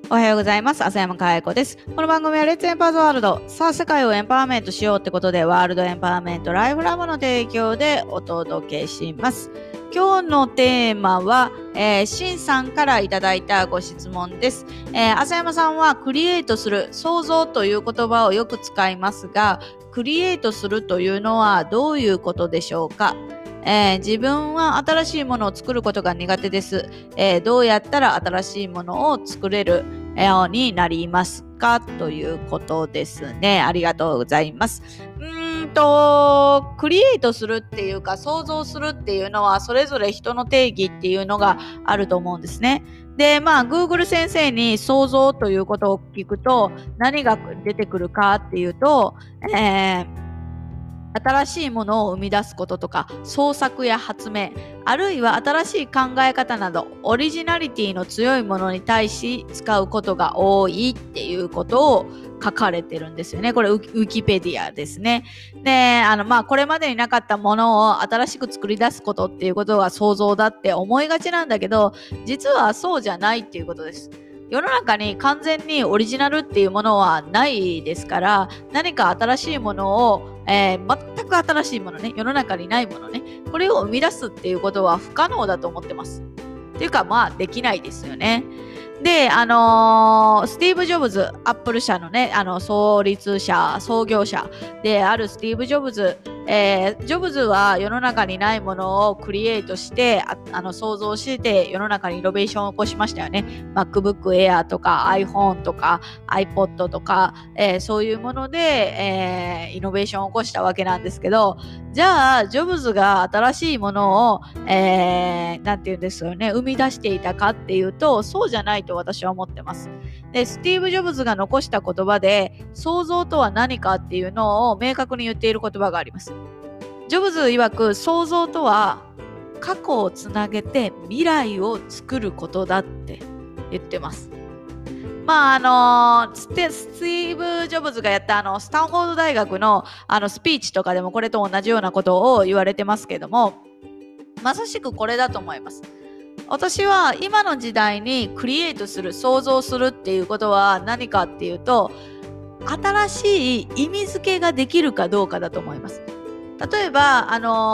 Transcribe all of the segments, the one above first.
おはようございます。浅山かや子です。この番組はレッツエンパワーズワールド。さあ、世界をエンパワーメントしようってことで、ワールドエンパワーメントライフラボの提供でお届けします。今日のテーマは、シンさんからいただいたご質問です。浅山さんはクリエイトする、創造という言葉をよく使いますが、クリエイトするというのはどういうことでしょうか？自分は新しいものを作ることが苦手です。どうやったら新しいものを作れるようになりますかということですね。ありがとうございます。クリエイトするっていうか想像するっていうのはそれぞれ人の定義っていうのがあると思うんですね。で、Google 先生に想像ということを聞くと何が出てくるかっていうと、新しいものを生み出すこととか創作や発明、あるいは新しい考え方などオリジナリティの強いものに対し使うことが多いっていうことを書かれてるんですよね。これウィキペディアですね。で、これまでになかったものを新しく作り出すことっていうことが想像だって思いがちなんだけど、実はそうじゃないっていうことです。世の中に完全にオリジナルっていうものはないですから、何か新しいものを、全く新しいものね、世の中にないものね、これを生み出すっていうことは不可能だと思ってます。っていうか、できないですよね。で、スティーブ・ジョブズ、アップル社のね、創業者であるスティーブ・ジョブズ、ジョブズは世の中にないものをクリエイトして創造して世の中にイノベーションを起こしましたよね。MacBook Air とか iPhone とか iPod とか、そういうもので、イノベーションを起こしたわけなんですけど、じゃあジョブズが新しいものを、なんていうんですよね、生み出していたかっていうとそうじゃないと私は思ってます。で、スティーブ・ジョブズが残した言葉で創造とは何かっていうのを明確に言っている言葉があります。ジョブズ曰く創造とは過去をつなげて未来を作ることだって言ってます。スティーブ・ジョブズがやったスタンフォード大学のスピーチとかでもこれと同じようなことを言われてますけども、まさしくこれだと思います。私は今の時代にクリエイトする、創造するっていうことは何かっていうと、新しい意味付けができるかどうかだと思います。例えば、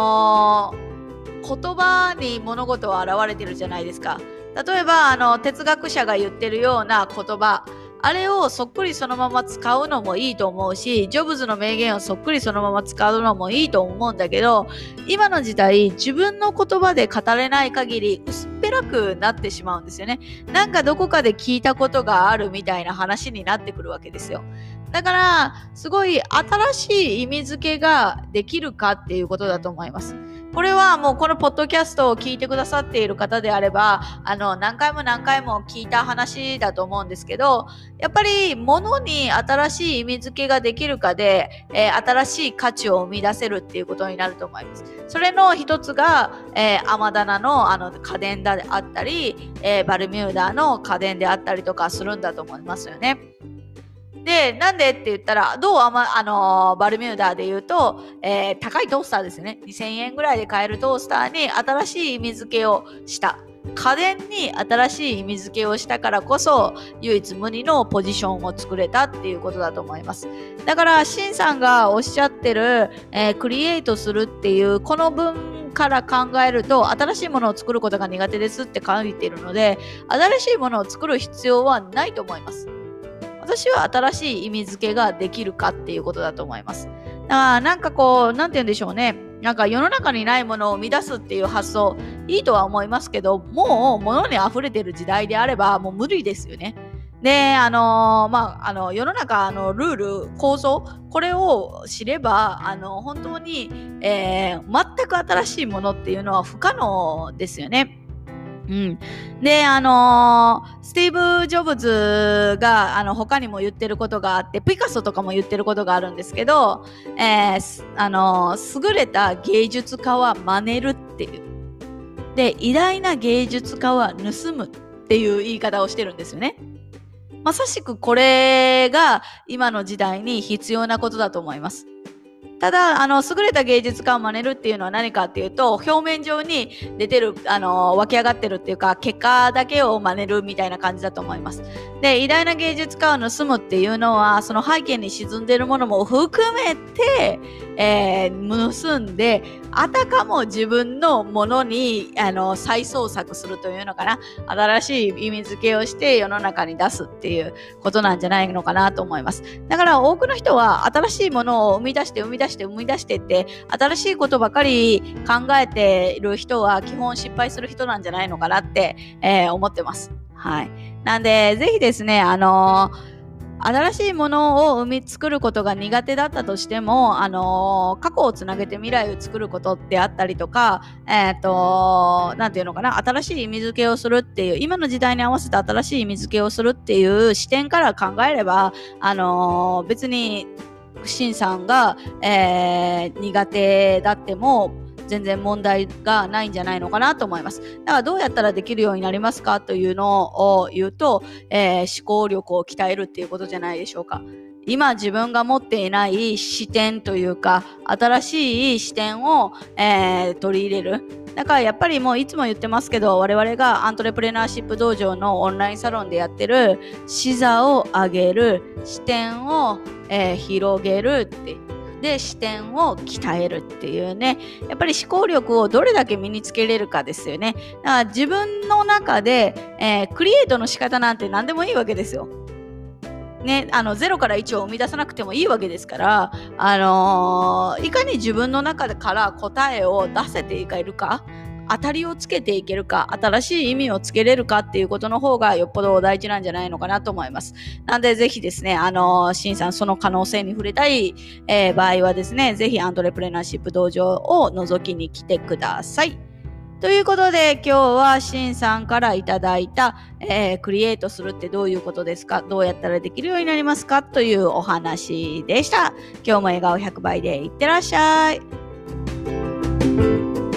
言葉に物事は現れてるじゃないですか。例えば哲学者が言ってるような言葉、あれをそっくりそのまま使うのもいいと思うし、ジョブズの名言をそっくりそのまま使うのもいいと思うんだけど、今の時代自分の言葉で語れない限り薄っぺらくなってしまうんですよね。なんかどこかで聞いたことがあるみたいな話になってくるわけですよ。だからすごい新しい意味付けができるかっていうことだと思います。これはもうこのポッドキャストを聞いてくださっている方であれば何回も聞いた話だと思うんですけど、やっぱり物に新しい意味付けができるかで、新しい価値を生み出せるっていうことになると思います。それの一つが、アマダナの家電であったり、バルミューダの家電であったりとかするんだと思いますよね。で、なんでって言ったら、バルミューダで言うと、高いトースターですね。2000円ぐらいで買えるトースターに新しい意味付けをした。家電に新しい意味付けをしたからこそ、唯一無二のポジションを作れたっていうことだと思います。だから、シンさんがおっしゃってる、クリエイトするっていう、この文から考えると、新しいものを作ることが苦手ですって書いているので、新しいものを作る必要はないと思います。私は新しい意味付けができるかっていうことだと思います。なんかなんて言うんでしょうね。なんか世の中にないものを生み出すっていう発想、いいとは思いますけど、もう物に溢れてる時代であれば、もう無理ですよね。で、世の中のルール、構造、これを知れば、本当に、全く新しいものっていうのは不可能ですよね。で、スティーブ・ジョブズが他にも言ってることがあって、ピカソとかも言ってることがあるんですけど、優れた芸術家は真似るっていう。で、偉大な芸術家は盗むっていう言い方をしてるんですよね。まさしくこれが今の時代に必要なことだと思います。ただ優れた芸術家を真似るっていうのは何かっていうと、表面上に出てる湧き上がってるっていうか結果だけを真似るみたいな感じだと思います。 で、偉大な芸術家を盗むっていうのは、その背景に沈んでいるものも含めて、盗んで、あたかも自分のものに再創作するというのかな、新しい意味付けをして世の中に出すっていうことなんじゃないのかなと思います。だから多くの人は新しいものを生み出してって、新しいことばかり考えている人は基本失敗する人なんじゃないのかなって、思ってます。はい。なんで、ぜひですね、新しいものを作ることが苦手だったとしても、過去をつなげて未来を作ることってあったりとか、なんていうのかな、新しい意味付けをするっていう、今の時代に合わせて新しい意味付けをするっていう視点から考えれば、別に、シンさんが、苦手だっても、全然問題がないんじゃないのかなと思います。だからどうやったらできるようになりますかというのを言うと、思考力を鍛えるっていうことじゃないでしょうか。今自分が持っていない視点というか、新しい視点を、取り入れる。だからやっぱりもういつも言ってますけど、我々がアントレプレナーシップ道場のオンラインサロンでやってる視座を上げる、視点を、広げるってで視点を鍛えるっていうね、やっぱり思考力をどれだけ身につけれるかですよね。だから自分の中で、クリエイトの仕方なんて何でもいいわけですよ。ね、0から1を生み出さなくてもいいわけですから、いかに自分の中から答えを出せていけるか、当たりをつけていけるか、新しい意味をつけれるかっていうことの方がよっぽど大事なんじゃないのかなと思います。なんでぜひですね、シンさんその可能性に触れたい、場合はですね、ぜひアントレプレナーシップ道場を覗きに来てください。ということで今日はシンさんからいただいた、クリエイトするってどういうことですか、どうやったらできるようになりますかというお話でした。今日も笑顔100倍でいってらっしゃい。